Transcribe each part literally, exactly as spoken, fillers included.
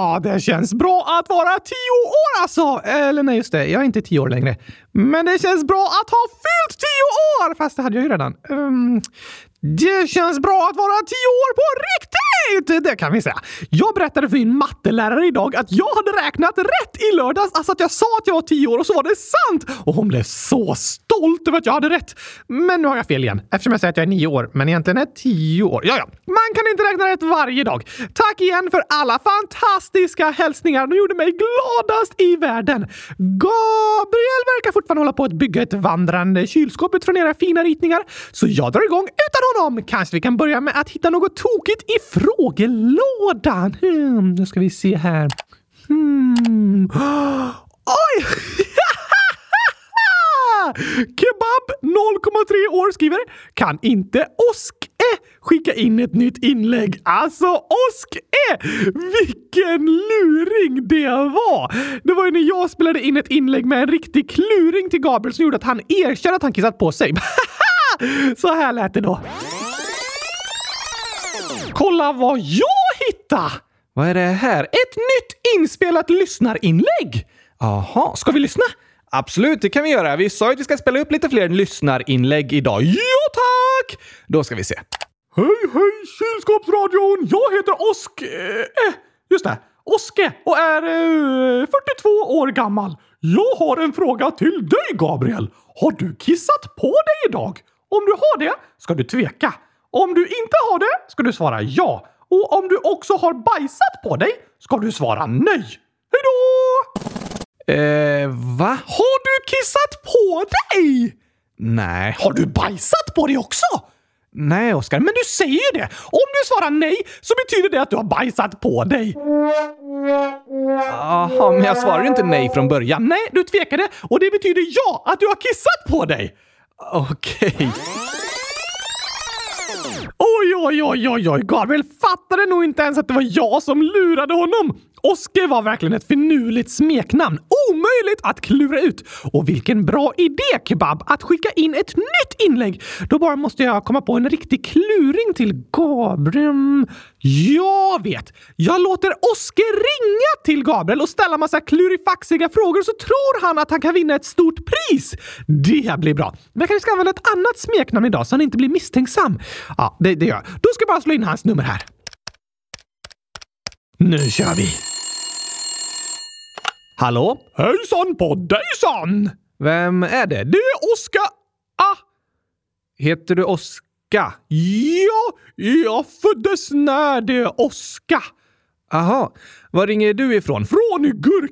Ja, det känns bra att vara tio år alltså. Eller nej, just det. Jag är inte tio år längre. Men det känns bra att ha fyllt tio år. Fast det hade jag ju redan. Um, det känns bra att vara tio år på riktigt. Det kan vi säga. Jag berättade för min mattelärare idag att jag hade räknat rätt i lördags. Alltså att jag sa att jag var tio år och så var det sant. Och hon blev så stolt över att jag hade rätt. Men nu har jag fel igen. Eftersom jag säger att jag är nio år. Men egentligen är tio år. Ja, ja. Man kan inte räkna rätt varje dag. Tack igen för alla fantastiska hälsningar. De gjorde mig gladast i världen. Gabriel verkar fortfarande hålla på att bygga ett vandrande kylskåp utifrån era fina ritningar. Så jag drar igång utan honom. Kanske vi kan börja med att hitta något tokigt i frågelådan. Hmm, nu ska vi se här. Hmm. Oj! Kebab noll komma tre år skriver: kan inte Oske skicka in ett nytt inlägg? Alltså Oske! Vilken luring det var! Det var ju när jag spelade in ett inlägg med en riktig kluring till Gabriel som gjorde att han erkände att han kissat på sig. Så här lät det då. Kolla vad jag hittade! Vad är det här? Ett nytt inspelat lyssnarinlägg! Aha, ska vi lyssna? Absolut, det kan vi göra. Vi sa att vi ska spela upp lite fler lyssnarinlägg idag. Ja, tack! Då ska vi se. Hej, hej, kylskåpsradion! Jag heter Osk... Eh, just det, Oske och är eh, fyrtiotvå år gammal. Jag har en fråga till dig, Gabriel. Har du kissat på dig idag? Om du har det ska du tveka. Om du inte har det ska du svara ja. Och om du också har bajsat på dig ska du svara nej. Hej då! Eh, va? Har du kissat på dig? Nej. Har du bajsat på dig också? Nej, Oskar, men du säger ju det. Om du svarar nej så betyder det att du har bajsat på dig. Jaha, men jag svarar inte nej från början. Nej, du tvekade och det betyder ja, att du har kissat på dig. Okej. Okay. Oj, oj, oj, oj, oj. Gabriel fattade nog inte ens att det var jag som lurade honom. Oskar var verkligen ett finurligt smeknamn. Omöjligt att klura ut. Och vilken bra idé, Kebab, att skicka in ett nytt inlägg. Då bara måste jag komma på en riktig kluring till Gabriel. Jag vet. Jag låter Oskar ringa till Gabriel och ställa massa klurifaxiga frågor så tror han att han kan vinna ett stort pris. Det blir bra. Men jag kanske ska använda ett annat smeknamn idag så han inte blir misstänksam. Ja, det, det gör jag. Då ska jag bara slå in hans nummer här. Nu kör vi. Hallå? Hejsan på dejsan! Vem är det? Det är Oskar. Ah! Heter du Oskar? Ja, jag föddes när det är Oskar. Aha, var ringer du ifrån? Från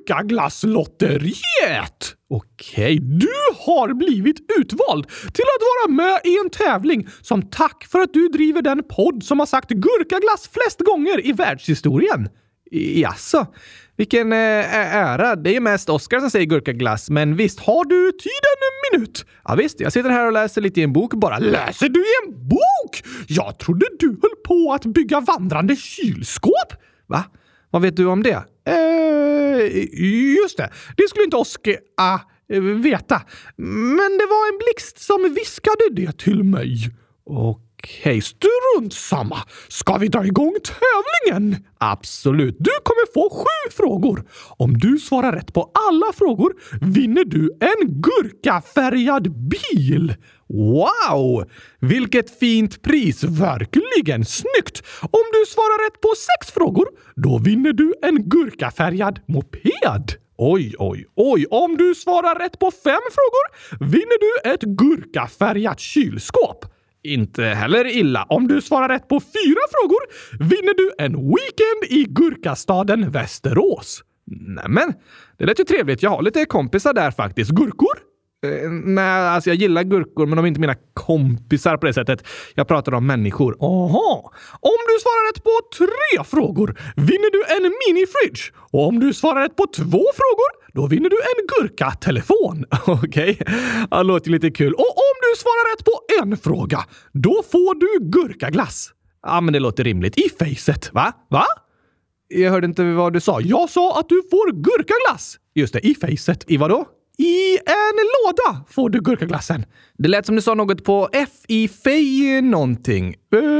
Gurkaglasslotteriet. Okej, du har blivit utvald till att vara med i en tävling som tack för att du driver den podd som har sagt gurkaglass flest gånger i världshistorien. Jaså, vilken äh, ära. Det är ju mest Oskar som säger gurkaglass, men visst har du tid en minut? Ja visst, jag sitter här och läser lite i en bok bara. Läser du i en bok? Jag trodde du höll på att bygga vandrande kylskåp. Va? Vad vet du om det? Eh, just det. Det skulle inte Oskar äh, veta. Men det var en blixt som viskade det till mig. Okej, strunt samma. Ska vi dra igång tävlingen? Absolut. Du kommer få sju frågor. Om du svarar rätt på alla frågor vinner du en gurkafärgad bil. Wow! Vilket fint pris. Verkligen snyggt. Om du svarar rätt på sex frågor, då vinner du en gurkafärgad moped. Oj, oj, oj. Om du svarar rätt på fem frågor vinner du ett gurkafärgat kylskåp. Inte heller illa. Om du svarar rätt på fyra frågor vinner du en weekend i gurkastaden Västerås. Nämen, det lät ju trevligt. Jag har lite kompisar där faktiskt. Gurkor? Eh, nej, alltså jag gillar gurkor men de är inte mina kompisar på det sättet. Jag pratar om människor. Aha. Om du svarar rätt på tre frågor vinner du en mini-fridge. Och om du svarar rätt på två frågor då vinner du en gurkatelefon. Okej, okay. Det låter lite kul. Och om du svarar rätt på en fråga då får du gurkaglass. Ja, men det låter rimligt. I facet, va? Va? Jag hörde inte vad du sa. Jag sa att du får gurkaglass. Just det, i facet. I vad då? I en låda får du gurkaglassen. Det lät som du sa något på F i fej någonting. Uh,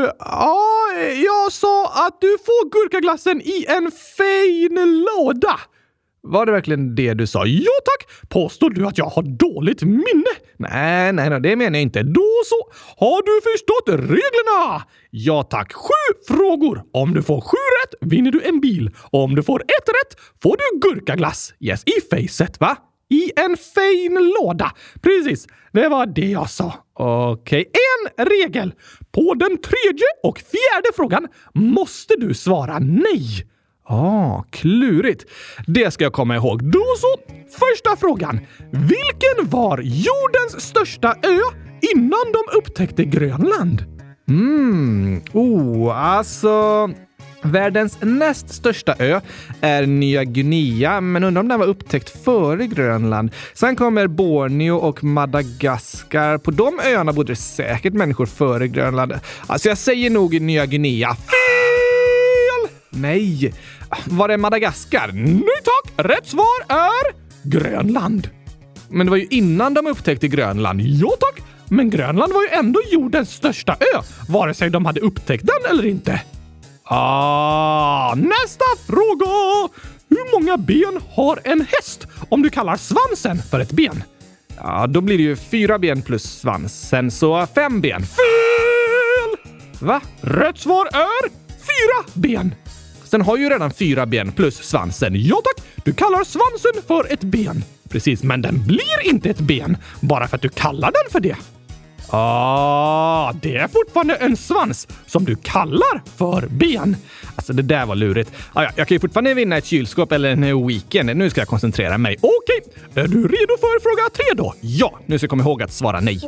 ja, jag sa att du får gurkaglassen i en fin låda. Var det verkligen det du sa? Ja tack! Påstår du att jag har dåligt minne? Nej, nej, nej, det menar jag inte. Då så. Har du förstått reglerna? Ja tack. Sju frågor. Om du får sju rätt vinner du en bil. Om du får ett rätt får du gurkaglass. Yes, i facet, va? I en fin låda. Precis, det var det jag sa. Okej, en regel. På den tredje och fjärde frågan måste du svara nej. Ah, klurigt. Det ska jag komma ihåg. Då så, första frågan. Vilken var jordens största ö innan de upptäckte Grönland? Mm, oh, alltså... Världens näst största ö är Nya Guinea, men undrar om den var upptäckt före Grönland. Sen kommer Borneo och Madagaskar. På de öarna bodde det säkert människor före Grönland. Alltså jag säger nog Nya Guinea. Fel! Nej. Var det Madagaskar? Nej tack! Rätt svar är Grönland. Men det var ju innan de upptäckte Grönland. Ja tack! Men Grönland var ju ändå jordens största ö, vare sig de hade upptäckt den eller inte. Ah, nästa fråga! Hur många ben har en häst om du kallar svansen för ett ben? Ja, då blir det ju fyra ben plus svansen, så fem ben. Fel! Va? Rätt svar är fyra ben. Sen har ju redan fyra ben plus svansen. Ja tack, du kallar svansen för ett ben. Precis, men den blir inte ett ben bara för att du kallar den för det. Ah, det är fortfarande en svans som du kallar för ben. Alltså det där var lurigt. Ah, ja, jag kan ju fortfarande vinna ett kylskåp eller en weekend. Nu ska jag koncentrera mig. Okej, är du redo för fråga tre då? Ja, nu ska jag komma ihåg att svara nej.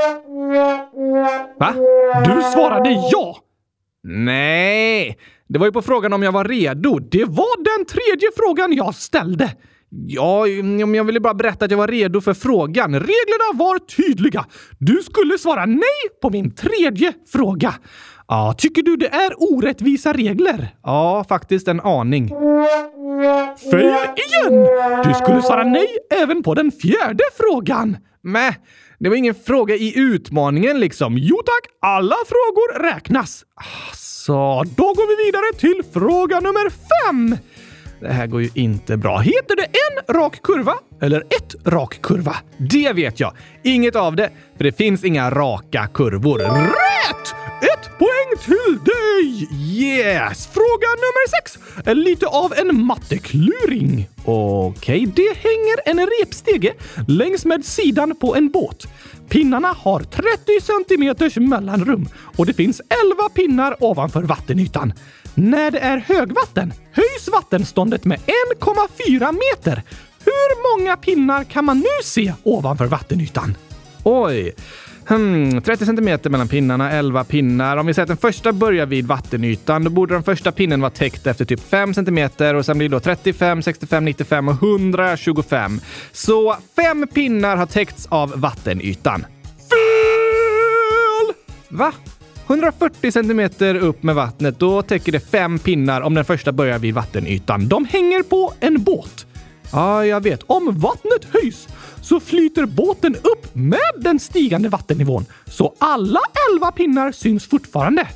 Va? Du svarade ja. Nej, det var ju på frågan om jag var redo. Det var den tredje frågan jag ställde. Ja, jag ville bara berätta att jag var redo för frågan. Reglerna var tydliga. Du skulle svara nej på min tredje fråga. Ja, tycker du det är orättvisa regler? Ja, faktiskt en aning. Fel igen! Du skulle svara nej även på den fjärde frågan. Men det var ingen fråga i utmaningen liksom. Jo tack, alla frågor räknas. Så då går vi vidare till fråga nummer fem. Det här går ju inte bra. Heter det en rak kurva eller ett rak kurva? Det vet jag. Inget av det, för det finns inga raka kurvor. Rätt! Ett poäng till dig! Yes! Fråga nummer sex är lite av en mattekluring. Okej, okay, det hänger en repstege längs med sidan på en båt. Pinnarna har trettio centimeters mellanrum och det finns elva pinnar ovanför vattenytan. När det är högvatten höjs vattenståndet med en komma fyra meter. Hur många pinnar kan man nu se ovanför vattenytan? Oj, hmm, trettio centimeter mellan pinnarna, elva pinnar. Om vi säger att den första börjar vid vattenytan, då borde den första pinnen vara täckt efter typ fem centimeter och sen blir det då trettiofem, sextiofem, nittiofem och hundratjugofem. Så fem pinnar har täckts av vattenytan. Fel! Va? hundrafyrtio centimeter upp med vattnet, då täcker det fem pinnar om den första börjar vid vattenytan. De hänger på en båt. Ja, jag vet. Om vattnet höjs så flyter båten upp med den stigande vattennivån. Så alla elva pinnar syns fortfarande.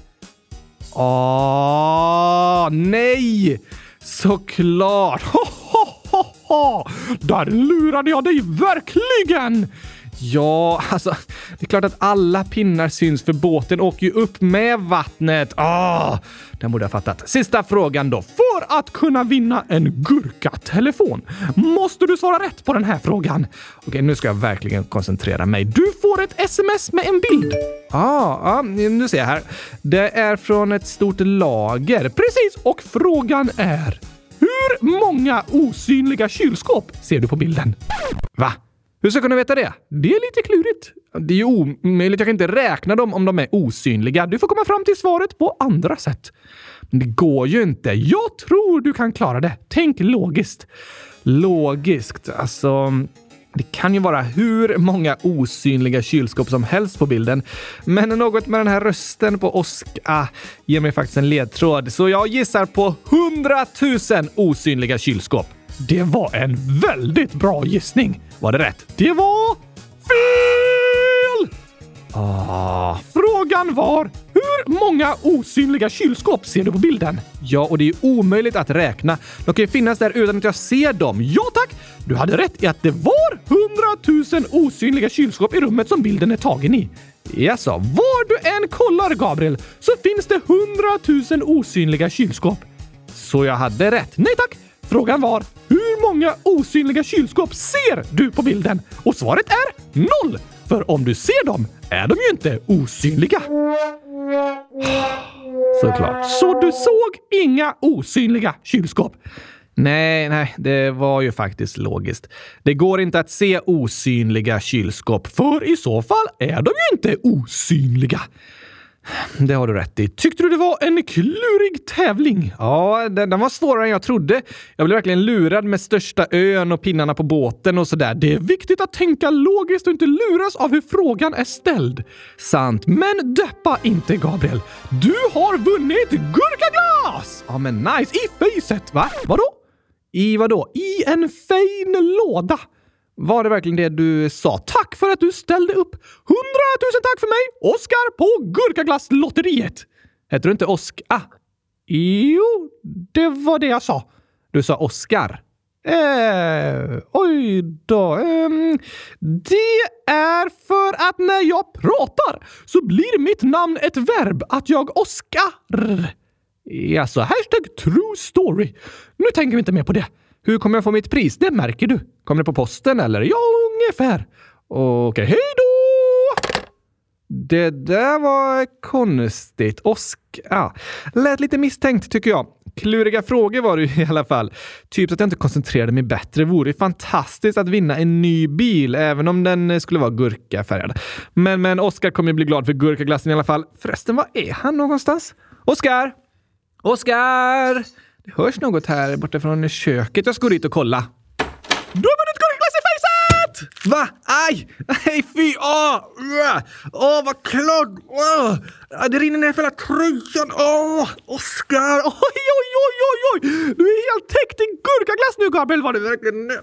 Åh, nej! Såklart! Ho, ho, ho, ho. Där lurade jag dig verkligen! Ja, alltså, det är klart att alla pinnar syns för båten åker ju upp med vattnet. Ah, den borde jag fattat. Sista frågan då. För att kunna vinna en gurkatelefon måste du svara rätt på den här frågan. Okej, nu ska jag verkligen koncentrera mig. Du får ett sms med en bild. Ah, ah, nu ser jag här. Det är från ett stort lager. Precis, och frågan är: hur många osynliga kylskåp ser du på bilden? Va? Hur ska jag kunna veta det? Det är lite klurigt. Det är ju omöjligt. Jag kan inte räkna dem om de är osynliga. Du får komma fram till svaret på andra sätt. Men det går ju inte. Jag tror du kan klara det. Tänk logiskt. Logiskt. Alltså, det kan ju vara hur många osynliga kylskåp som helst på bilden. Men något med den här rösten på Oskar ger mig faktiskt en ledtråd. Så jag gissar på hundratusen osynliga kylskåp. Det var en väldigt bra gissning. Var det rätt? Det var fel! Ah, frågan var, hur många osynliga kylskåp ser du på bilden? Ja, och det är omöjligt att räkna. De kan ju finnas där utan att jag ser dem. Ja tack! Du hade rätt i att det var hundratusen osynliga kylskåp i rummet som bilden är tagen i. Jaså, var du än kollar, Gabriel, så finns det hundratusen osynliga kylskåp. Så jag hade rätt. Nej tack! Frågan var, hur många osynliga kylskåp ser du på bilden? Och svaret är noll! För om du ser dem är de ju inte osynliga. Såklart. Så du såg inga osynliga kylskåp? Nej, nej, det var ju faktiskt logiskt. Det går inte att se osynliga kylskåp, för i så fall är de ju inte osynliga. Det har du rätt i. Tyckte du det var en klurig tävling? Ja, den, den var svårare än jag trodde. Jag blev verkligen lurad med största ön och pinnarna på båten och sådär. Det är viktigt att tänka logiskt och inte luras av hur frågan är ställd. Sant, men deppa inte, Gabriel. Du har vunnit gurkaglas! Ja, men nice. I facet, va? Vadå? I vadå? I en fin låda. Var det verkligen det du sa? Tack för att du ställde upp. Hundratusen tack för mig, Oskar på Gurkaglasslotteriet. Heter du inte Oskar? Ah, jo, det var det jag sa. Du sa Oskar. Eh, oj då. Eh, det är för att när jag pratar så blir mitt namn ett verb. Att jag Oskar. Alltså, hashtag true story. Nu tänker vi inte mer på det. Hur kommer jag få mitt pris? Det märker du. Kommer det på posten eller? Ja, ungefär. Okej, hej då! Det där var konstigt. Oskar. Ja, lät lite misstänkt tycker jag. Kluriga frågor var det i alla fall. Typ att jag inte koncentrerade mig bättre. Vore fantastiskt att vinna en ny bil, även om den skulle vara gurkafärgad. Men, men Oskar kommer bli glad för gurkaglassen i alla fall. Förresten, var är han någonstans? Oskar! Oskar! Det hörs något här borta från köket. Jag ska gå dit och kolla. Du har vunnit gurkaglass i facet! Va? Aj! Nej, fy! Åh, åh vad klagg! Åh. Det rinner ner för hela tröjan. Åh, Oskar! Oj, oj, oj, oj, oj! Du är helt täckt i gurkaglass nu, Gabriel. Var det verkligen nö?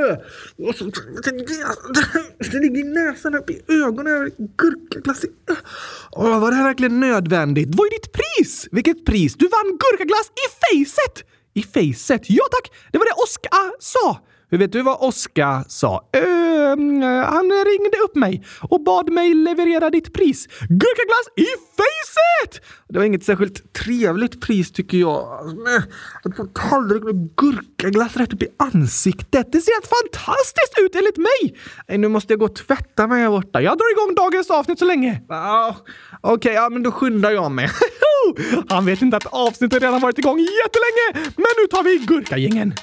Det ligger i näsan upp i ögonen. Gurkaglass i... Åh, var det här verkligen nödvändigt? Vad är ditt pris? Vilket pris? Du vann gurkaglass i facet! I facet? Ja tack! Det var det Oskar sa. Hur vet du vad Oskar sa? Uh, han ringde upp mig och bad mig leverera ditt pris. Gurkaglass i facet! Det var inget särskilt trevligt pris tycker jag. Att få tallrik med gurkaglass rätt upp i ansiktet. Det ser helt fantastiskt ut enligt mig. Nej, nu måste jag gå och tvätta mig här borta. Jag drar igång dagens avsnitt så länge. Oh, Okej, okay, ja men då skyndar jag mig. Han vet inte att avsnittet redan varit igång jättelänge. Men nu tar vi gurkagängen.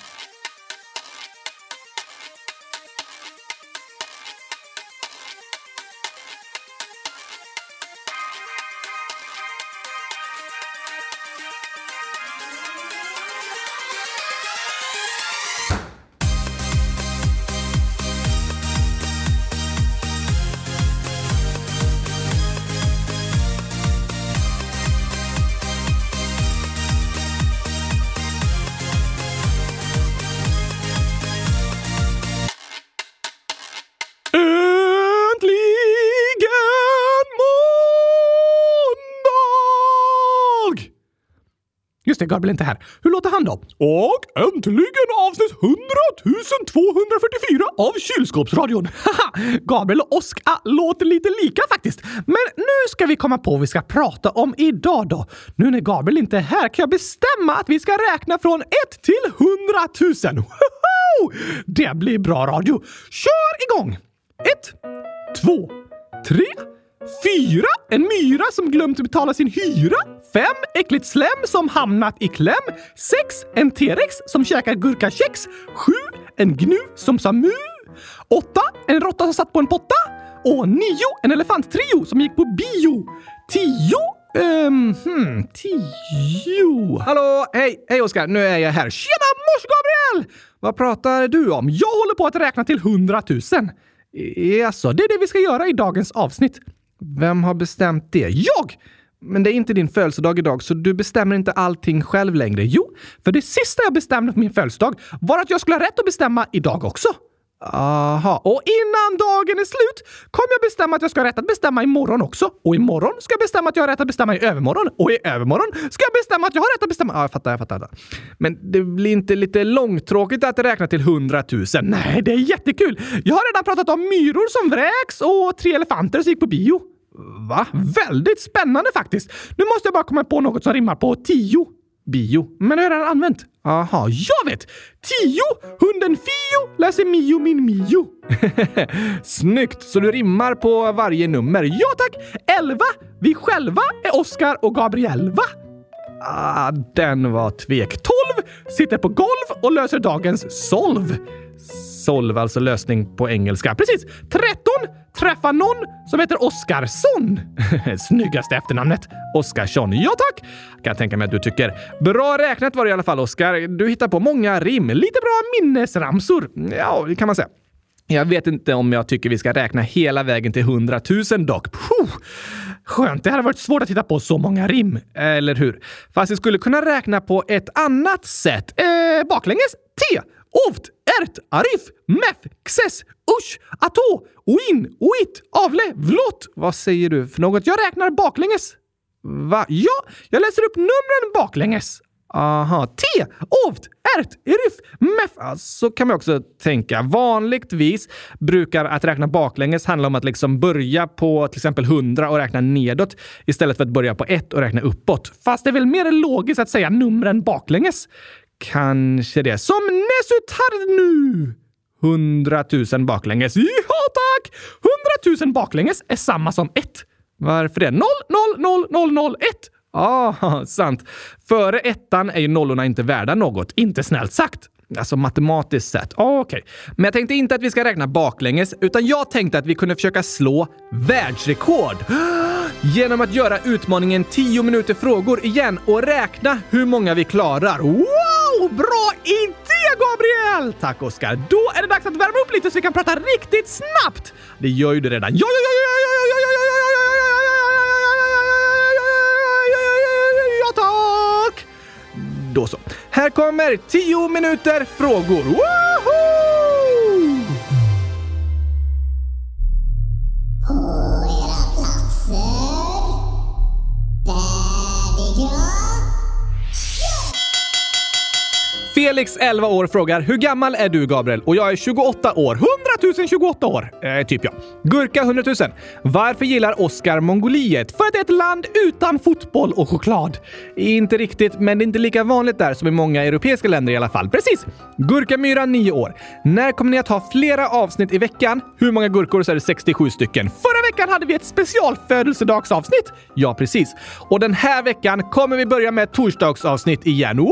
Just det, Gabriel är inte här. Hur låter han då? Och äntligen avsnitt hundratusen tvåhundrafyrtiofyra av Kylskåpsradion. Haha, Gabriel och Oskar låter lite lika faktiskt. Men nu ska vi komma på vad vi ska prata om idag då. Nu när Gabriel inte är här kan jag bestämma att vi ska räkna från ett till hundratusen. Woho! Det blir bra radio. Kör igång! Ett, två, tre... Fyra, en myra som glömt betala sin hyra. Fem, äckligt slem som hamnat i kläm. Sex, en T-rex som käkar gurkakex. Sju, en gnu som sa mu. Åtta, en råtta som satt på en potta. Och nio, en elefanttrio som gick på bio. Tio, um, hmm, tio. Hallå, hej, hej Oskar, nu är jag här. Tjena mors Gabriel! Vad pratar du om? Jag håller på att räkna till hundratusen. Jaså, det är det vi ska göra i dagens avsnitt. Vem har bestämt det? Jag! Men det är inte din födelsedag idag så du bestämmer inte allting själv längre. Jo, för det sista jag bestämde på min födelsedag var att jag skulle ha rätt att bestämma idag också. Aha, och innan dagen är slut kommer jag bestämma att jag ska ha rätt att bestämma imorgon också. Och imorgon ska jag bestämma att jag har rätt att bestämma i övermorgon. Och i övermorgon ska jag bestämma att jag har rätt att bestämma... Ja, jag fattar, jag fattar. Men det blir inte lite långtråkigt att räkna till hundratusen? Nej, det är jättekul. Jag har redan pratat om myror som vräks och tre elefanter som gick på bio. Va? Väldigt spännande faktiskt. Nu måste jag bara komma på något som rimmar på tio. Bio. Men det har jag redan använt. Aha, jag vet! Tio! Hunden Fio läser Mio min Mio. Snyggt! Så du rimmar på varje nummer. Ja tack! Elva! Vi själva är Oscar och Gabriel, va? Ah, den var tvek. Tolv! Sitter på golv och löser dagens solv. Solv, alltså lösning på engelska. Precis! Tretton! Träffa någon som heter Oskarsson. Snyggaste efternamnet. Oskarsson. Ja tack! Kan tänka mig att du tycker. Bra räknat var det i alla fall, Oskar. Du hittar på många rim. Lite bra minnesramsor. Ja, det kan man säga. Jag vet inte om jag tycker vi ska räkna hela vägen till hundratusen dock. Puh. Skönt, det hade varit svårt att hitta på så många rim. Eller hur? Fast vi skulle kunna räkna på ett annat sätt. Eh, baklänges. T. Oft, ert, arif, mef, xes, usch, atå, oin, oit, avle, vlott. Vad säger du för något? Jag räknar baklänges. Va? Ja, jag läser upp numren baklänges. Aha, T, oft, ert, erif, mef. Så alltså, kan man också tänka. Vanligtvis brukar att räkna baklänges handla om att liksom börja på till exempel hundra och räkna nedåt istället för att börja på ett och räkna uppåt. Fast det är väl mer logiskt att säga numren baklänges. Kanske det. Som Nesutar nu. Hundratusen baklänges. Ja tack! Hundratusen baklänges är samma som ett. Varför det? Noll, noll, noll, noll, noll, ett. Ah, sant. Före ettan är ju nollorna inte värda något. Inte snällt sagt. Alltså matematiskt sett. Ah, okej. Okay. Men jag tänkte inte att vi ska räkna baklänges, utan jag tänkte att vi kunde försöka slå världsrekord. Genom att göra utmaningen tio minuter frågor igen och räkna hur många vi klarar. Wow! Bra idé, Gabriel! Tack, Oskar. Då är det dags att värma upp lite så vi kan prata riktigt snabbt. Det gör ju det redan. Ja, ja, ja, ja, ja, ja, ja, ja, ja, tack! Då så. Här kommer tio minuter frågor. Woohoo! På era platser. Färdiga. Felix, elva år, frågar: hur gammal är du, Gabriel? Och jag är tjugoåtta år. hundratusen tjugoåtta år. Eh, typ ja. Gurka, hundratusen. Varför gillar Oscar Mongoliet? För att det är ett land utan fotboll och choklad. Inte riktigt, men det är inte lika vanligt där som i många europeiska länder i alla fall. Precis. Gurka Myra, nio år. När kommer ni att ha flera avsnitt i veckan? Hur många gurkor? Så är det sextiosju stycken. Förra veckan hade vi ett specialfödelsedagsavsnitt. Ja, precis. Och den här veckan kommer vi börja med ett torsdagsavsnitt igen. Woho!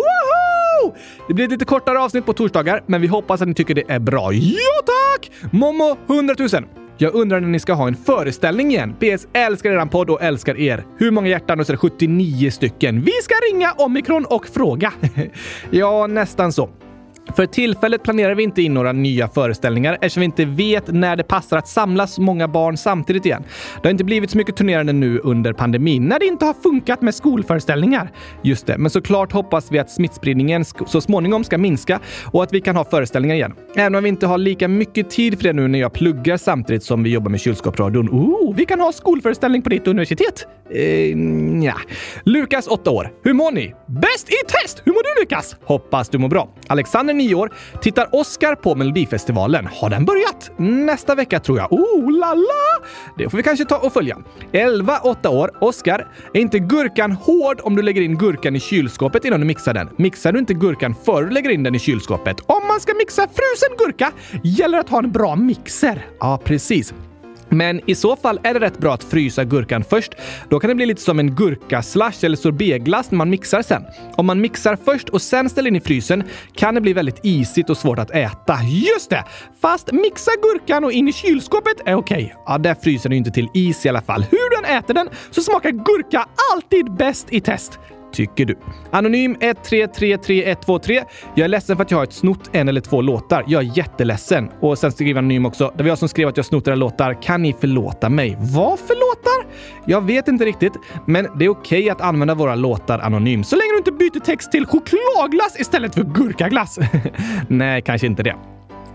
Det blir ett lite kortare avsnitt på torsdagar, men vi hoppas att ni tycker det är bra. Ja tack! Momo, hundratusen. Jag undrar när ni ska ha en föreställning igen. P S älskar eran podd och älskar er. Hur många hjärtan? Och så är det sjuttionio stycken. Vi ska ringa Omikron och fråga. Ja, nästan så. För tillfället planerar vi inte in några nya föreställningar eftersom vi inte vet när det passar att samlas många barn samtidigt igen. Det har inte blivit så mycket turnerande nu under pandemin när det inte har funkat med skolföreställningar. Just det, men såklart hoppas vi att smittspridningen så småningom ska minska och att vi kan ha föreställningar igen. Även om vi inte har lika mycket tid för det nu när jag pluggar samtidigt som vi jobbar med kylskåpsradion. Oh, vi kan ha skolföreställning på ditt universitet. Eh, ja. Lukas, åtta år. Hur mår ni? Bäst i test! Hur mår du, Lukas? Hoppas du mår bra. Alexander, nio år. Tittar Oscar på Melodifestivalen? Har den börjat? Nästa vecka tror jag. Oh, lala! Det får vi kanske ta och följa. elva, åtta år. Oscar, är inte gurkan hård om du lägger in gurkan i kylskåpet innan du mixar den? Mixar du inte gurkan före du lägger in den i kylskåpet? Om man ska mixa frusen gurka gäller att ha en bra mixer. Ja, precis. Men i så fall är det rätt bra att frysa gurkan först. Då kan det bli lite som en gurkaslash eller sorbetglass när man mixar sen. Om man mixar först och sen ställer in i frysen kan det bli väldigt isigt och svårt att äta. Just det! Fast mixa gurkan och in i kylskåpet är okej. Ja, där fryser den ju inte till is i alla fall. Hur du än äter den så smakar gurka alltid bäst i test. Tycker du? Anonym ett tre tre tre ett två tre. Jag är ledsen för att jag har ett snott en eller två låtar. Jag är jätteledsen. Och sen skriver Anonym också. Det var jag som skrev att jag snott era låtar. Kan ni förlåta mig? Vad för låtar? Jag vet inte riktigt. Men det är okej att använda våra låtar anonym. Så länge du inte byter text till chokladglass istället för gurkaglass. Nej, kanske inte det.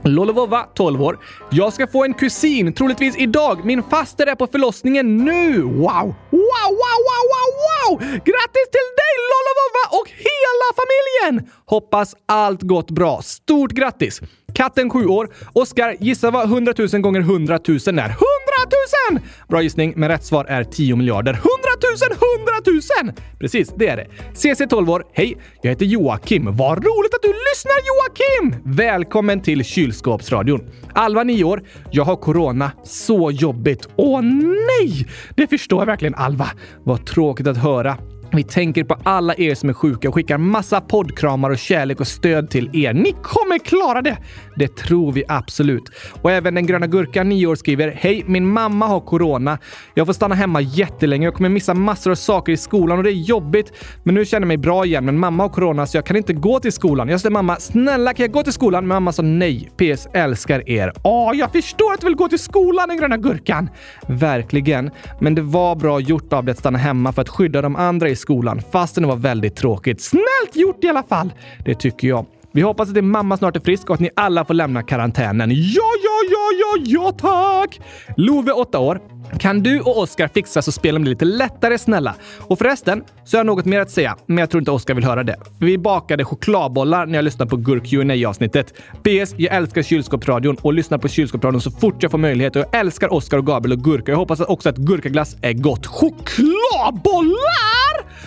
Lolovova, tolv år. Jag ska få en kusin, troligtvis idag. Min faster är på förlossningen nu. Wow! Wow, wow, wow, wow, wow! Grattis till dig, Lolovova, och hela familjen! Hoppas allt gått bra. Stort grattis! Katten, sju år. Oskar, gissa vad hundratusen gånger hundratusen är. hundratusen! Bra gissning, men rätt svar är tio miljarder. hundratusen, hundratusen! Precis, det är det. C C, tolv år. Hej, jag heter Joakim. Vad roligt att du lyssnar, Joakim! Välkommen till Kylskåpsradion. Alva, nio år. Jag har corona. Så jobbigt. Åh nej! Det förstår jag verkligen, Alva. Vad tråkigt att höra. Vi tänker på alla er som är sjuka och skickar massa poddkramar och kärlek och stöd till er. Ni kommer klara det! Det tror vi absolut. Och även den gröna gurkan, nio år, skriver: Hej, min mamma har corona. Jag får stanna hemma jättelänge och kommer missa massor av saker i skolan och det är jobbigt. Men nu känner jag mig bra igen, men mamma har corona så jag kan inte gå till skolan. Jag sa mamma, snälla kan jag gå till skolan? Men mamma sa nej. P S, älskar er. Åh, jag förstår att du vill gå till skolan, den gröna gurkan. Verkligen. Men det var bra gjort av det att stanna hemma för att skydda de andra i skolan, fastän det var väldigt tråkigt. Snällt gjort i alla fall. Det tycker jag. Vi hoppas att din mamma snart är frisk och att ni alla får lämna karantänen. Ja, ja, ja, ja, ja, tack! Love, åtta år. Kan du och Oskar fixa så spelen blir lite lättare, snälla? Och förresten så har jag något mer att säga, men jag tror inte Oskar vill höra det. För vi bakade chokladbollar när jag lyssnade på Gurk Q and A-avsnittet. P S, jag älskar Kylskåpsradion och lyssnar på Kylskåpsradion så fort jag får möjlighet. Och jag älskar Oskar och Gabriel och Gurka. Jag hoppas också att gurkaglass är gott. Chokladbollar!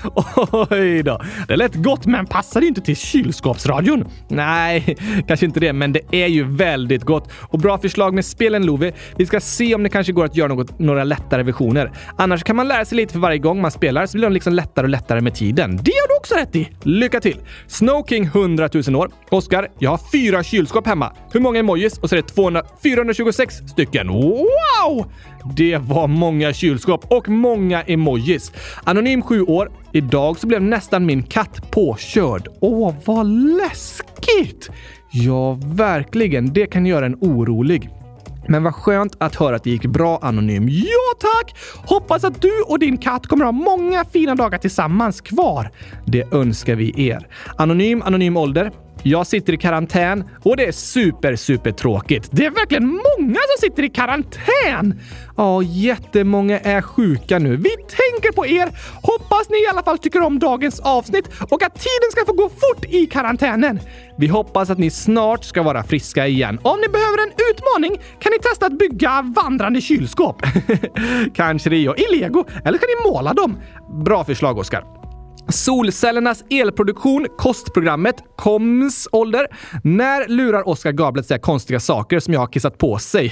Oj då. Det lät gott, men passar inte till Kylskåpsradion. Nej, kanske inte det, men det är ju väldigt gott. Och bra förslag med spelen, Love. Vi ska se om det kanske går att göra något, några lättare versioner. Annars kan man lära sig lite för varje gång man spelar, så blir de liksom lättare och lättare med tiden. Det har du också rätt i. Lycka till! Snow King, hundratusen år. Oskar, jag har fyra kylskåp hemma. Hur många emojis? Och så är det tvåhundra, fyrahundratjugosex stycken. Wow! Det var många kylskåp och många emojis. Anonym, sju år. Idag så blev nästan min katt påkörd. Åh, vad läskigt! Ja, verkligen. Det kan göra en orolig. Men vad skönt att höra att det gick bra, Anonym. Ja, tack! Hoppas att du och din katt kommer ha många fina dagar tillsammans kvar. Det önskar vi er. Anonym, anonym ålder. Jag sitter i karantän och det är super, super tråkigt. Det är verkligen många som sitter i karantän. Ja, jättemånga är sjuka nu. Vi tänker på er. Hoppas ni i alla fall tycker om dagens avsnitt och att tiden ska få gå fort i karantänen. Vi hoppas att ni snart ska vara friska igen. Om ni behöver en utmaning kan ni testa att bygga vandrande kylskåp. Kanske det är i Lego, eller kan ni måla dem? Bra förslag, Oskar. Solcellernas elproduktion, kostprogrammet, koms ålder. När lurar Oskar Gabriel att säga konstiga saker som jag har kissat på sig?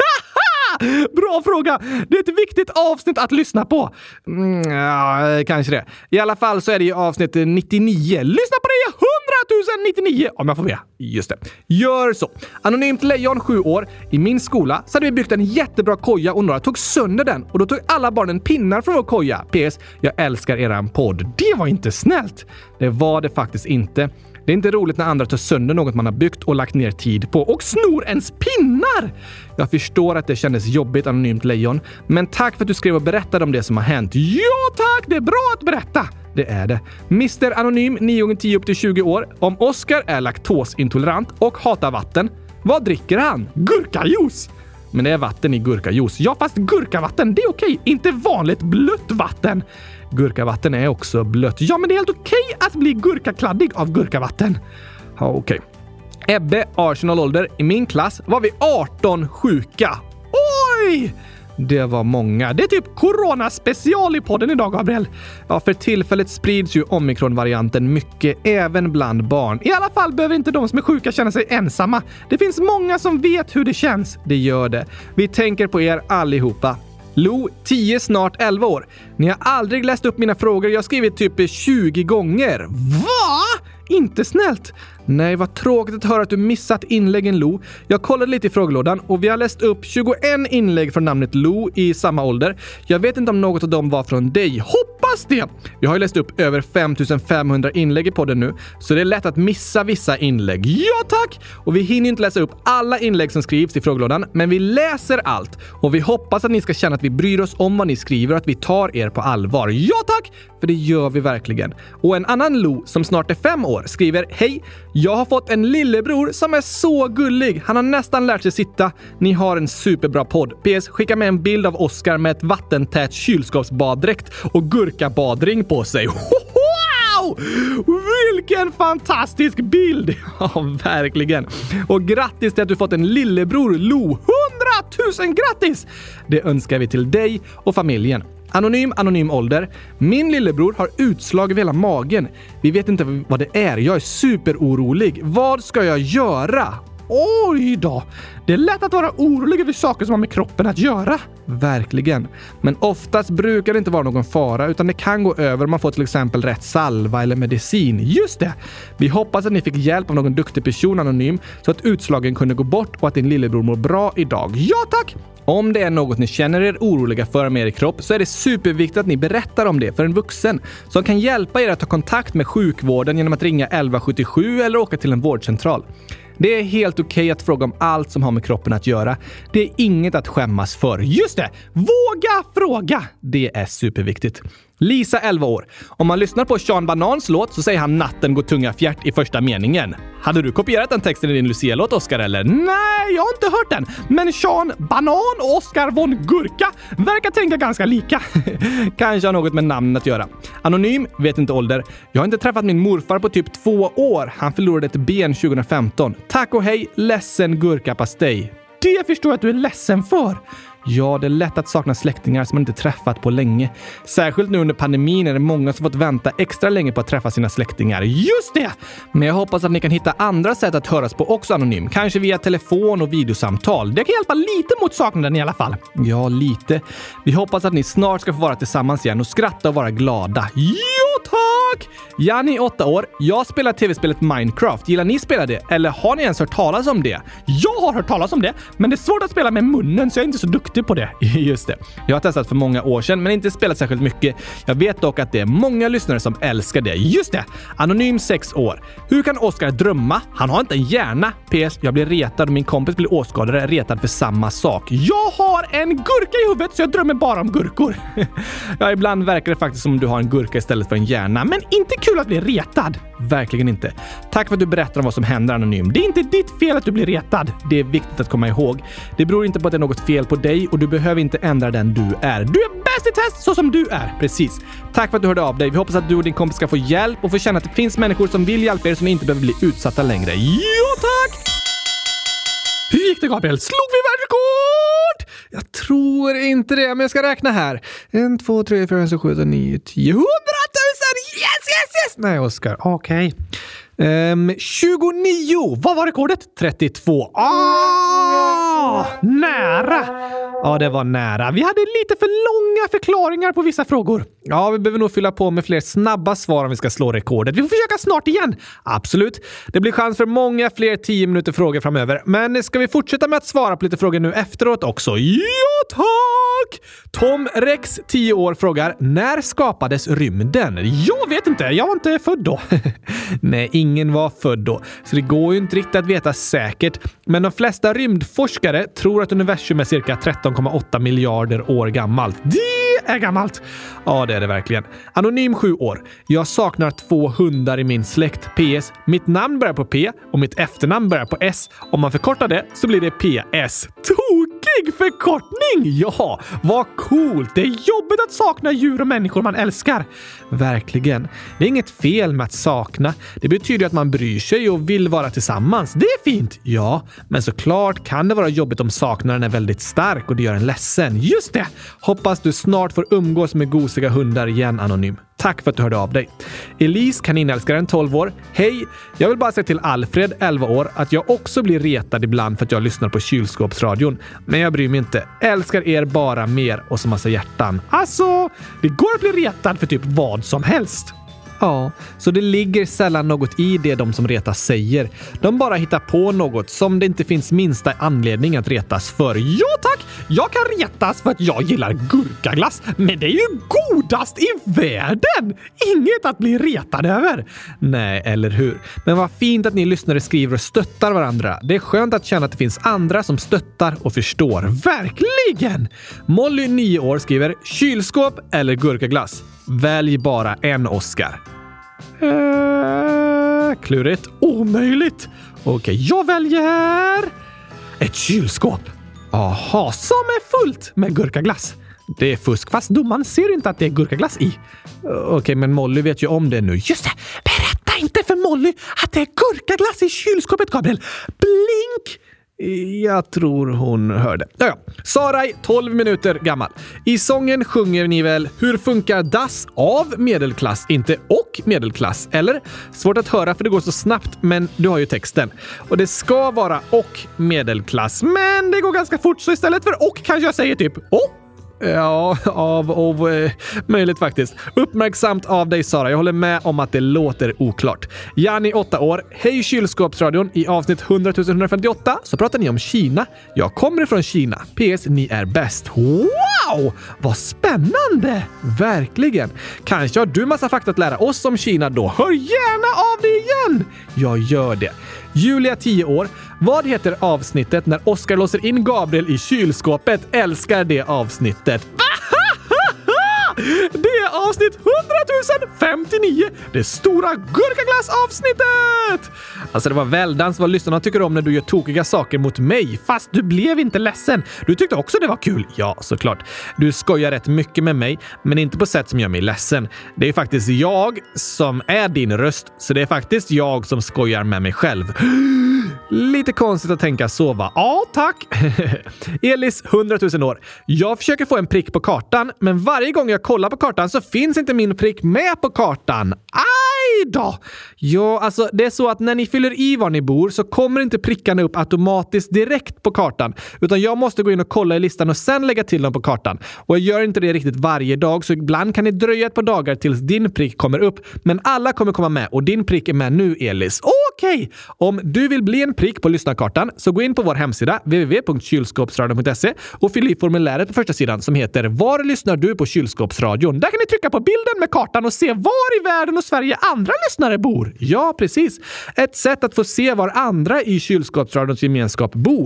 Bra fråga! Det är ett viktigt avsnitt att lyssna på. Mm, ja, kanske det. I alla fall så är det ju avsnitt nittionio. Lyssna på det! hundratusen nittionio om jag får be. Just det. Gör så. Anonymt lejon, sju år. I min skola så hade vi byggt en jättebra koja och några tog sönder den. Och då tog alla barnen pinnar från vår koja. P S. Jag älskar eran podd. Det var inte snällt. Det var det faktiskt inte. Det är inte roligt när andra tar sönder något man har byggt och lagt ner tid på och snor ens pinnar. Jag förstår att det kändes jobbigt, Anonymt lejon. Men tack för att du skrev och berättade om det som har hänt. Ja tack, det är bra att berätta. Det är det. mister Anonym, nio gånger tio upp till tjugo år. Om Oskar är laktosintolerant och hatar vatten, vad dricker han? Gurkajuice! Men det är vatten i gurkajuice. Ja, fast gurkavatten, det är okej. Inte vanligt blött vatten. Gurkavatten är också blött. Ja, men det är helt okej att bli gurkakladdig av gurkavatten. Ja, okej. Ebbe, Arsenal ålder. I min klass var vi arton sjuka. Oj! Det var många. Det är typ corona-special i podden idag, Gabriel. Ja, för tillfället sprids ju omikron-varianten mycket, även bland barn. I alla fall behöver inte de som är sjuka känna sig ensamma. Det finns många som vet hur det känns. Det gör det. Vi tänker på er allihopa. Lo, tio, snart elva år. Ni har aldrig läst upp mina frågor. Jag har skrivit typ tjugo gånger. Va? Inte snällt. Nej, vad tråkigt att höra att du missat inläggen, Lo. Jag kollade lite i frågelådan och vi har läst upp tjugoett inlägg från namnet Lo i samma ålder. Jag vet inte om något av dem var från dig. Hoppas det! Jag har ju läst upp över fem tusen femhundra inlägg i podden nu, så det är lätt att missa vissa inlägg. Ja, tack! Och vi hinner inte läsa upp alla inlägg som skrivs i frågelådan, men vi läser allt. Och vi hoppas att ni ska känna att vi bryr oss om vad ni skriver och att vi tar er på allvar. Ja, tack! För det gör vi verkligen. Och en annan Lo som snart fyrtiofem år, skriver: Hej, jag har fått en lillebror som är så gullig. Han har nästan lärt sig sitta. Ni har en superbra podd. P S. Skicka med en bild av Oscar med ett vattentät kylskåpsbaddräkt och gurkabadring på sig. Wow! Vilken fantastisk bild! Ja, verkligen. Och grattis till att du fått en lillebror, Lo. Hundratusen grattis! Det önskar vi till dig och familjen. Anonym, anonym ålder. Min lillebror har utslag över hela magen. Vi vet inte vad det är. Jag är superorolig. Vad ska jag göra? Oj då! Det är lätt att vara orolig över saker som har med kroppen att göra. Verkligen. Men oftast brukar det inte vara någon fara, utan det kan gå över om man får till exempel rätt salva eller medicin. Just det! Vi hoppas att ni fick hjälp av någon duktig person, anonym, så att utslagen kunde gå bort och att din lillebror mår bra idag. Ja tack! Om det är något ni känner er oroliga för med er kropp så är det superviktigt att ni berättar om det för en vuxen som kan hjälpa er att ta kontakt med sjukvården genom att ringa elva sjuttiosju eller åka till en vårdcentral. Det är helt okej att fråga om allt som har med kroppen att göra. Det är inget att skämmas för. Just det! Våga fråga! Det är superviktigt. Lisa, elva år. Om man lyssnar på Sean Banans låt så säger han natten går tunga fjärt i första meningen. Hade du kopierat den texten i din Lucia-låt, Oscar, eller? Nej, jag har inte hört den. Men Sean Banan och Oscar von Gurka verkar tänka ganska lika. Kanske har något med namnet att göra. Anonym, vet inte ålder. Jag har inte träffat min morfar på typ två år. Han förlorade ett ben tjugohundrafemton. Tack och hej, ledsen gurkapastej. Det förstår jag att du är ledsen för. Ja, det är lätt att sakna släktingar som man inte träffat på länge. Särskilt nu under pandemin är det många som fått vänta extra länge på att träffa sina släktingar. Just det! Men jag hoppas att ni kan hitta andra sätt att höras på också, anonym. Kanske via telefon och videosamtal. Det kan hjälpa lite mot saknaden i alla fall. Ja, lite. Vi hoppas att ni snart ska få vara tillsammans igen och skratta och vara glada. Jo, tack! Janni, åtta år. Jag spelar tv-spelet Minecraft. Gillar ni spela det? Eller har ni ens hört talas om det? Jag har hört talas om det, men det är svårt att spela med munnen så jag är inte så duktig på det. Just det. Jag har testat för många år sedan men inte spelat särskilt mycket. Jag vet dock att det är många lyssnare som älskar det. Just det. Anonym, sex år. Hur kan Oscar drömma? Han har inte en hjärna. P S. Jag blir retad och min kompis blir åskådare retad för samma sak. Jag har en gurka i huvudet så jag drömmer bara om gurkor. Ja, ibland verkar det faktiskt som om du har en gurka istället för en hjärna. Men inte kul att bli retad. Verkligen inte. Tack för att du berättar om vad som händer, anonym. Det är inte ditt fel att du blir retad. Det är viktigt att komma ihåg. Det beror inte på att det är något fel på dig och du behöver inte ändra den du är. Du är bäst i test så som du är. Precis. Tack för att du hörde av dig. Vi hoppas att du och din kompis ska få hjälp och få känna att det finns människor som vill hjälpa er så ni inte behöver bli utsatta längre. Jo, tack! Hur gick det, Gabriel? Slog vi världsrekord? Jag tror inte det, men jag ska räkna här. En, två, tre, fyra, fem, sju, åtta, nio, tio, hundratusen! Yes, yes, yes! Nej, Oscar. Okej. Okay. Um, tjugonio! Vad var rekordet? trettiotvå. Ah! Nära! Ja, det var nära. Vi hade lite för långa förklaringar på vissa frågor. Ja, vi behöver nog fylla på med fler snabba svar om vi ska slå rekordet. Vi får försöka snart igen. Absolut. Det blir chans för många fler tio minuter frågor framöver. Men ska vi fortsätta med att svara på lite frågor nu efteråt också? Ja, tack! Tom Rex, tio år, frågar: när skapades rymden? Jag vet inte. Jag var inte född då. Nej, ingen var född då. Så det går ju inte riktigt att veta säkert. Men de flesta rymdforskare tror att universum är cirka tretton komma åtta miljarder år gammalt. Det är gammalt! Ja, det är det verkligen. Anonym, sju år. Jag saknar två hundar i min släkt. P S. Mitt namn börjar på P och mitt efternamn börjar på S. Om man förkortar det så blir det P S. Tokig förkortning! Ja, vad coolt! Det är jobbigt att sakna djur och människor man älskar. Verkligen. Det är inget fel med att sakna. Det betyder att man bryr sig och vill vara tillsammans. Det är fint! Ja, men såklart kan det vara jobbigt om saknaden är väldigt stark och det gör en ledsen. Just det! Hoppas du snart får umgås med gosiga hundar igen, anonym. Tack för att du hörde av dig. Elise, kaninälskaren, tolv år. Hej, jag vill bara säga till Alfred, elva år, att jag också blir retad ibland för att jag lyssnar på kylskåpsradion. Men jag bryr mig inte. Älskar er bara mer och så massa hjärtan. Alltså, det går att bli retad för typ vad som helst. Ja, så det ligger sällan något i det de som retas säger. De bara hittar på något som det inte finns minsta anledning att retas för. Ja tack, jag kan retas för att jag gillar gurkaglass, men det är ju godast i världen! Inget att bli retad över. Nej, eller hur? Men vad fint att ni lyssnare skriver och stöttar varandra. Det är skönt att känna att det finns andra som stöttar och förstår. Verkligen! Molly, nio år, skriver: kylskåp eller gurkaglass? Välj bara en, Oscar. Uh... klurigt. Omöjligt. Okej, jag väljer ett kylskåp. Aha, som är fullt med gurkaglass. Det är fusk, fast domaren ser inte att det är gurkaglass i. Okej, men Molly vet ju om det nu. Just det, berätta inte för Molly att det är gurkaglass i kylskåpet, Gabriel. Blink! Jag tror hon hörde. Ja, ja. Sarai, tolv minuter gammal. I sången sjunger ni väl hur funkar dass av medelklass, inte och medelklass, eller? Svårt att höra för det går så snabbt, men du har ju texten. Och det ska vara och medelklass, men det går ganska fort, så istället för och kanske jag säger typ och. Ja, av, av eh, möjligt faktiskt. Uppmärksamt av dig, Sara. Jag håller med om att det låter oklart. Janni, åtta år. Hej Kylskåpsradion. I avsnitt hundra tusen etthundrafemtioåtta så pratar ni om Kina. Jag kommer ifrån Kina. P S. Ni är bäst. Wow! Vad spännande! Verkligen. Kanske har du massa fakta att lära oss om Kina då. Hör gärna av det igen! Jag gör det. Julia, tio år. Vad heter avsnittet när Oscar låser in Gabriel i kylskåpet? Älskar det avsnittet. Det är avsnitt hundra tusen femtionio. Det stora gurkaglassavsnittet. Alltså det var väldans vad lyssnarna tycker om när du gör tokiga saker mot mig. Fast du blev inte ledsen. Du tyckte också det var kul. Ja, såklart. Du skojar rätt mycket med mig, men inte på sätt som gör mig ledsen. Det är faktiskt jag som är din röst. Så det är faktiskt jag som skojar med mig själv. Lite konstigt att tänka så, va? Ja, tack. Elis, hundratusen år. Jag försöker få en prick på kartan, men varje gång jag kollar på kartan så finns inte min prick med på kartan. Aj då! Ja, alltså det är så att när ni fyller i var ni bor så kommer inte prickarna upp automatiskt direkt på kartan, utan jag måste gå in och kolla i listan och sen lägga till dem på kartan. Och jag gör inte det riktigt varje dag, så ibland kan det dröja ett par dagar tills din prick kommer upp, men alla kommer komma med och din prick är med nu, Elis. Okej! Okay. Om du vill bli en prick på lyssnarkartan så gå in på vår hemsida w w w punkt kylskåpsradion punkt se och fyll i formuläret på första sidan som heter Var lyssnar du på Kylskåpsradion? Där kan ni trycka på bilden med kartan och se var i världen och Sverige andra lyssnare bor. Ja, precis. Ett sätt att få se var andra i Kylskåpsradions gemenskap bor.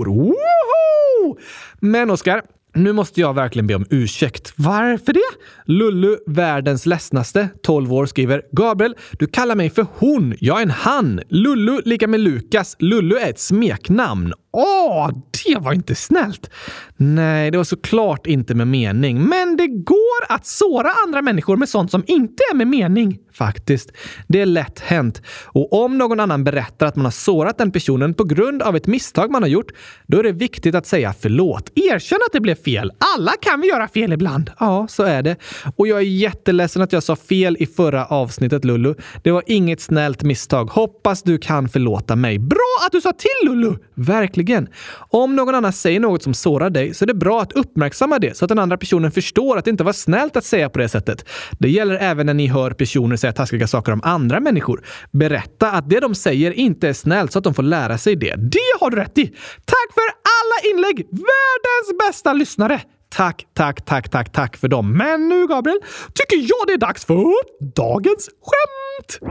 Woho! Men Oskar, nu måste jag verkligen be om ursäkt. Varför det? Lullu, världens ledsnaste, tolv år, skriver: Gabriel, du kallar mig för hon. Jag är en han. Lullu lika med Lukas. Lullu är ett smeknamn. Åh, det var inte snällt. Nej, det var såklart inte med mening. Men det går att såra andra människor med sånt som inte är med mening. Faktiskt. Det är lätt hänt. Och om någon annan berättar att man har sårat den personen på grund av ett misstag man har gjort, då är det viktigt att säga förlåt. Erkänn att det blev fel. Alla kan vi göra fel ibland. Ja, så är det. Och jag är jätteledsen att jag sa fel i förra avsnittet, Lullu. Det var inget snällt misstag. Hoppas du kan förlåta mig. Bra att du sa till, Lullu. Verkligen. Om någon annan säger något som sårar dig så är det bra att uppmärksamma det så att den andra personen förstår att det inte var snällt att säga på det sättet. Det gäller även när ni hör personer säga taskiga saker om andra människor. Berätta att det de säger inte är snällt så att de får lära sig det. Det har du rätt i. Tack för alla inlägg! Världens bästa lyssnare! Tack, tack, tack, tack, tack för dem. Men nu, Gabriel, tycker jag det är dags för dagens skämt!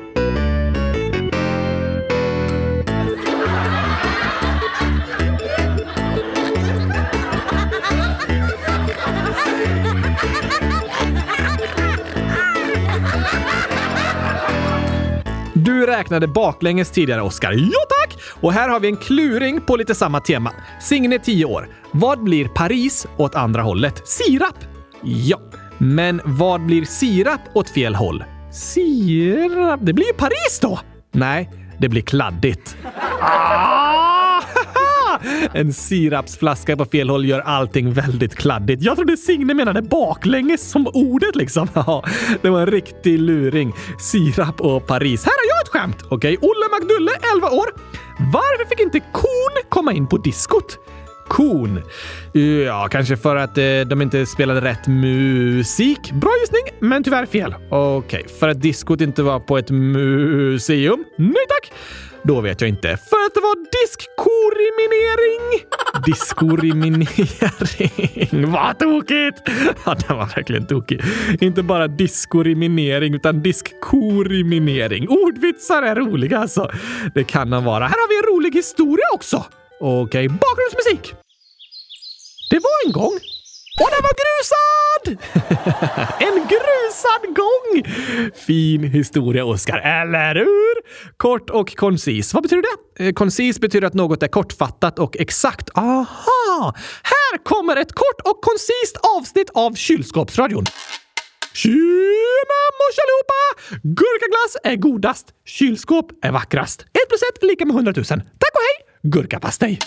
Du räknade baklänges tidigare, Oskar. Ja, tack! Och här har vi en kluring på lite samma tema. Signe, tio år. Vad blir Paris åt andra hållet? Sirap? Ja. Men vad blir sirap åt fel håll? Sirap? Det blir ju Paris då! Nej, det blir kladdigt. Ah! En sirapsflaska på fel håll gör allting väldigt kladdigt. Jag trodde Signe menade baklänges som ordet liksom. Ja, det var en riktig luring. Sirap och Paris. Här har jag ett skämt. Okej, Olle Magdulle, elva år. Varför fick inte kon komma in på diskot? Kon? Ja, kanske för att eh, de inte spelade rätt musik. Bra gissning, men tyvärr fel. Okej, för att diskot inte var på ett museum? Nej tack! Då vet jag inte. För att det var diskoriminering. Diskoriminering. Vad tokigt! Ja, det var verkligen tokigt. Inte bara diskoriminering utan diskoriminering. Ordvitsar är roliga alltså. Det kan han vara. Här har vi en rolig historia också. Okej, bakgrundsmusik. Det var en gång Och den var grusad! En grusad gång! Fin historia, Oskar, eller hur? Kort och koncis. Vad betyder det? Koncis betyder att något är kortfattat och exakt. Aha! Här kommer ett kort och koncist avsnitt av Kylskåpsradion. Tjena mors allihopa! Gurkaglass är godast. Kylskåp är vackrast. ett plus ett lika med hundratusen. Tack och hej! Gurkapastej!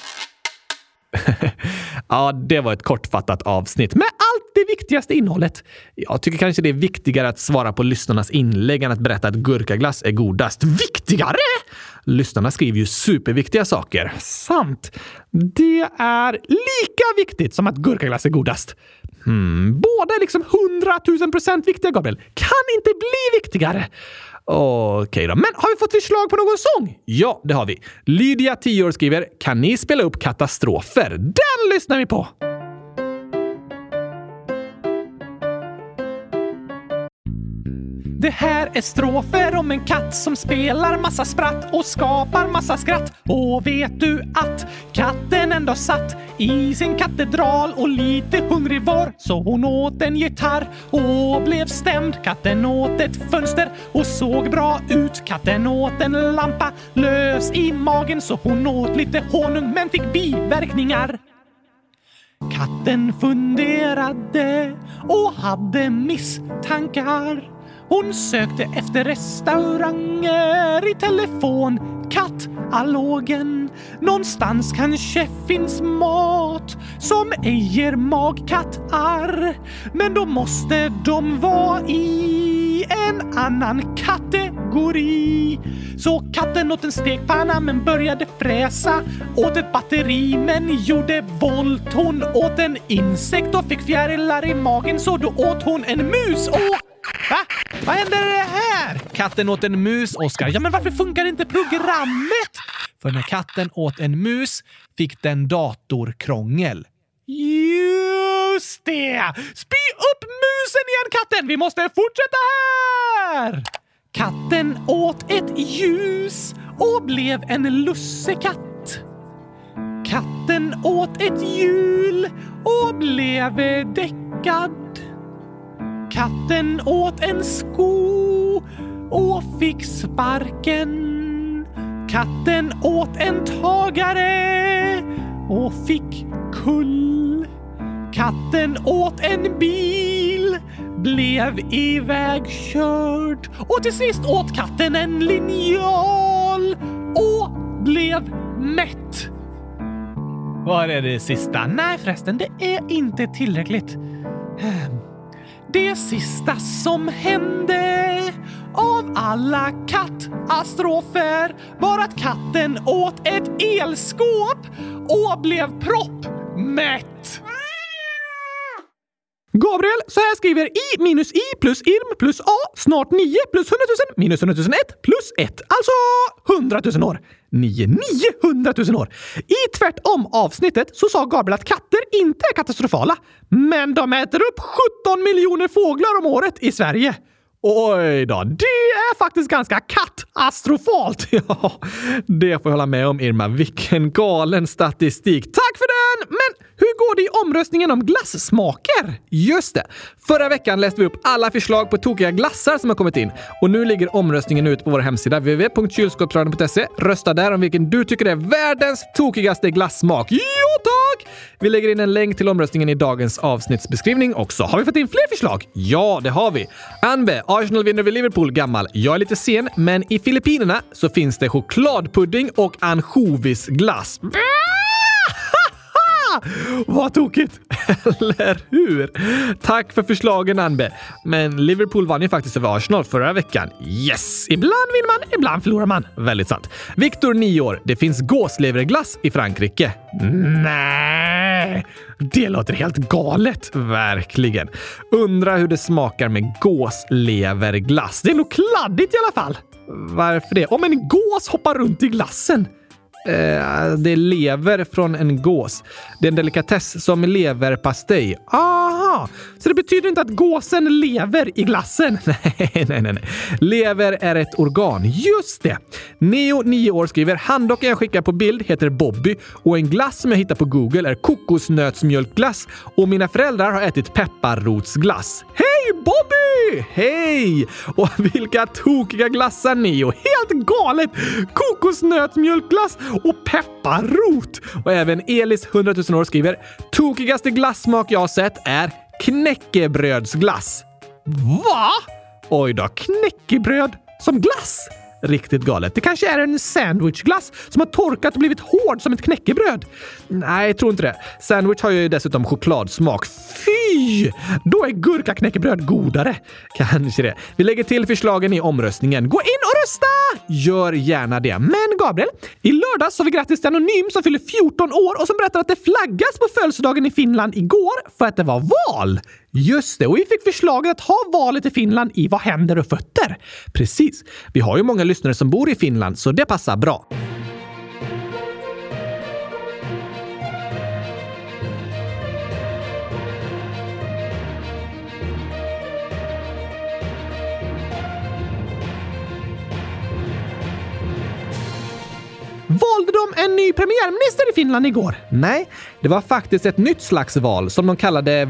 Ja, det var ett kortfattat avsnitt med allt det viktigaste innehållet. Jag tycker kanske det är viktigare att svara på lyssnarnas inlägg än att berätta att gurkaglass är godast. Viktigare? Lyssnarna skriver ju superviktiga saker. Sant. Det är lika viktigt som att gurkaglass är godast. Hmm, båda är liksom hundratusen procent viktiga, Gabriel. Kan inte bli viktigare. Okej okay då, men har vi fått förslag på någon sång? Ja, det har vi. Lydia, tio år, skriver: kan ni spela upp katastrofer? Den lyssnar vi på! Det här är strofer om en katt som spelar massa spratt och skapar massa skratt. Och vet du att katten ändå satt i sin katedral och lite hungrig var, så hon åt en gitarr och blev stämd. Katten åt ett fönster och såg bra ut. Katten åt en lampa lös i magen, så hon åt lite honung men fick biverkningar. Katten funderade och hade misstankar. Hon sökte efter restauranger i telefonkatalogen. Någonstans kanske finns mat som ej ger magkattar. Men då måste de vara i en annan kategori. Så katten åt en stekpanna men började fräsa. Åt ett batteri men gjorde volt. Hon åt en insekt och fick fjärilar i magen, så då åt hon en mus och... Va? Vad händer här? Katten åt en mus, Oskar. Ja, men varför funkar inte programmet? För när katten åt en mus fick den datorkrångel. Just det! Spy upp musen igen, katten! Vi måste fortsätta här! Katten åt ett ljus och blev en lussekatt. Katten åt ett hjul och blev däckad. Katten åt en sko och fick sparken. Katten åt en tagare och fick kull. Katten åt en bil, blev ivägkörd. Och till sist åt katten en linjal och blev mätt. Vad är det sista? Nej förresten, det är inte tillräckligt. Det sista som hände av alla katastrofer var att katten åt ett elskåp och blev proppmätt. Gabriel, så här skriver I minus I plus irm plus A snart nio plus hundratusen minus hundratusen ett plus ett. Alltså hundratusen år. nio, niohundratusen år. I tvärtom avsnittet så sa Gabriel att katter inte är katastrofala. Men de äter upp sjutton miljoner fåglar om året i Sverige. Oj då, det är faktiskt ganska katastrofalt. Ja, det får jag hålla med om, Irma. Vilken galen statistik. Tack för den! Men hur går det i omröstningen om glassmaker? Just det. Förra veckan läste vi upp alla förslag på tokiga glassar som har kommit in. Och nu ligger omröstningen ut på vår hemsida w w w punkt kylskåpsradion punkt se. Rösta där om vilken du tycker är världens tokigaste glassmak. Jo tack! Vi lägger in en länk till omröstningen i dagens avsnittsbeskrivning också. Har vi fått in fler förslag? Ja, det har vi. Anbe, Arsenal vinner över Liverpool, gammal. Jag är lite sen, men i Filippinerna så finns det chokladpudding och ansjovisglass. Vad tokigt! Eller hur? Tack för förslagen, Anbe. Men Liverpool vann ju faktiskt över Arsenal förra veckan. Yes! Ibland vinner man, ibland förlorar man. Väldigt sant. Viktor, nio år. Det finns gåsleverglass i Frankrike. Nej! Det låter helt galet. Verkligen. Undrar hur det smakar med gåsleverglass. Det är nog kladdigt i alla fall. Varför det? Om en gås hoppar runt i glassen. Eh, det är lever från en gås. Det är en delikatess som leverpastej. Aha, så det betyder inte att gåsen lever i glassen? nej, nej, nej. Lever är ett organ. Just det. Neo, nio år, skriver: handdockan jag skickar på bild heter Bobby och en glass som jag hittar på Google är kokosnötsmjölkglass och mina föräldrar har ätit pepparrotsglass. Hej Bobby! Hej! Och vilka tokiga glassar, Neo. Helt galet! Kokosnötsmjölkglass och pepparrot. Och även Elis, hundratusen år, skriver: tokigaste glassmak jag har sett är knäckebrödsglass. Va? Oj då, knäckebröd som glass? Riktigt galet. Det kanske är en sandwichglass som har torkat och blivit hård som ett knäckebröd. Nej, jag tror inte det. Sandwich har ju dessutom chokladsmak. Fy! Då är gurka knäckebröd godare. Kanske det. Vi lägger till förslagen i omröstningen. Gå in och rösta! Gör gärna det. Men Gabriel, i lördags så vi grattis till Anonym som fyller fjorton år och som berättar att det flaggas på födelsedagen i Finland igår för att det var val. Just det, och vi fick förslaget att ha valet i Finland i Vad händer och fötter. Precis. Vi har ju många lyssnare som bor i Finland, så det passar bra. Valde de en ny premiärminister i Finland igår? Nej, det var faktiskt ett nytt slags val som de kallade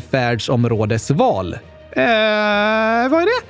välfärdsområdesval. Eh, vad är det?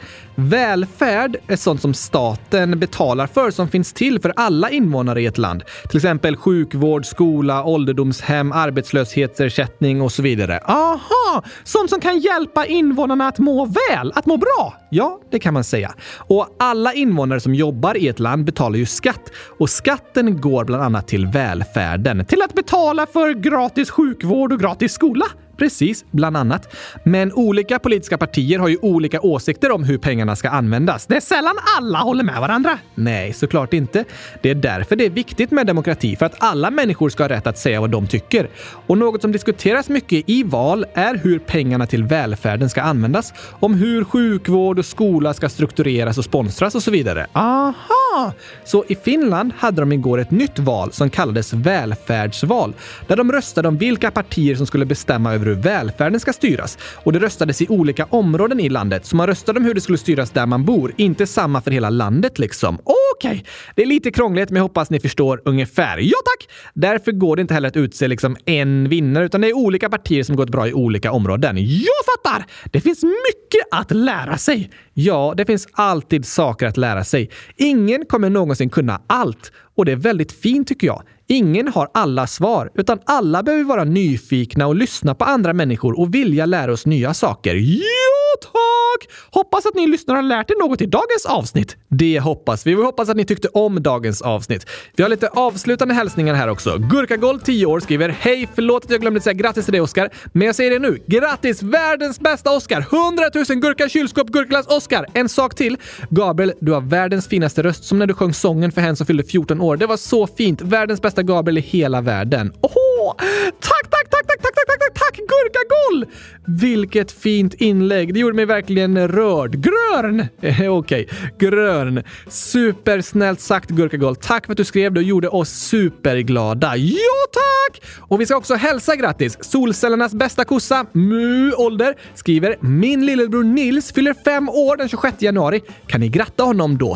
Välfärd är sånt som staten betalar för som finns till för alla invånare i ett land. Till exempel sjukvård, skola, ålderdomshem, arbetslöshetsersättning och så vidare. Aha! Sånt som kan hjälpa invånarna att må väl, att må bra. Ja, det kan man säga. Och alla invånare som jobbar i ett land betalar ju skatt. Och skatten går bland annat till välfärden. Till att betala för gratis sjukvård och gratis skola. Precis, bland annat. Men olika politiska partier har ju olika åsikter om hur pengarna ska användas. Det är sällan alla håller med varandra. Nej, såklart inte. Det är därför det är viktigt med demokrati, för att alla människor ska ha rätt att säga vad de tycker. Och något som diskuteras mycket i val är hur pengarna till välfärden ska användas. Om hur sjukvård och skola ska struktureras och sponsras och så vidare. Aha! Så i Finland hade de igår ett nytt val som kallades välfärdsval. Där de röstade om vilka partier som skulle bestämma över hur välfärden ska styras. Och det röstades i olika områden i landet. Så man röstade om hur det skulle styras där man bor. Inte samma för hela landet liksom. Okej, okay. Det är lite krångligt men jag hoppas ni förstår ungefär. Ja tack! Därför går det inte heller att utse liksom en vinnare utan det är olika partier som gått bra i olika områden. Jag fattar! Det finns mycket att lära sig. Ja, det finns alltid saker att lära sig. Ingen kommer någonsin kunna allt. Och det är väldigt fint tycker jag. Ingen har alla svar, utan alla behöver vara nyfikna och lyssna på andra människor och vilja lära oss nya saker. Ja, tack! Hoppas att ni lyssnare har lärt er något i dagens avsnitt. Det hoppas vi. Vi hoppas att ni tyckte om dagens avsnitt. Vi har lite avslutande hälsningar här också. Gurkagold, tio år, skriver: hej, förlåt att jag glömde säga grattis till dig, Oskar. Men jag säger det nu. Grattis, världens bästa Oskar! hundratusen gurka, kylskåp, gurkglass, Oskar! En sak till. Gabriel, du har världens finaste röst som när du sjöng sången för hen som fyllde fjorton år. Det var så fint. Världens bästa Gabriel i hela världen. Åh! Tack, tack, tack, tack, tack, tack, tack, tack, tack, Gurkagold! Vilket fint inlägg. Det gjorde mig verkligen rörd. Grön! Okej, okay. Grön. Supersnällt sagt, Gurkagold. Tack för att du skrev det och gjorde oss superglada. Ja, tack! Och vi ska också hälsa grattis. Solcellernas bästa kossa, Mu ålder, skriver: min lillebror Nils fyller fem år den tjugosjätte januari. Kan ni gratta honom då?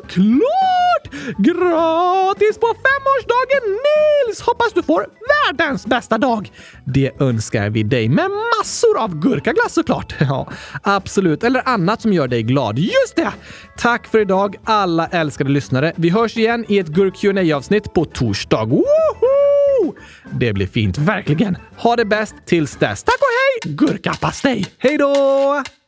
Såklart! Gratis på femårsdagen, Nils! Hoppas du får världens bästa dag. Det önskar vi dig med massor av gurkaglass såklart. Ja, absolut. Eller annat som gör dig glad. Just det! Tack för idag, alla älskade lyssnare. Vi hörs igen i ett Gurk Q and A-avsnitt på torsdag. Woho! Det blir fint, verkligen. Ha det bäst tills dess. Tack och hej, gurkapastej! Hej då!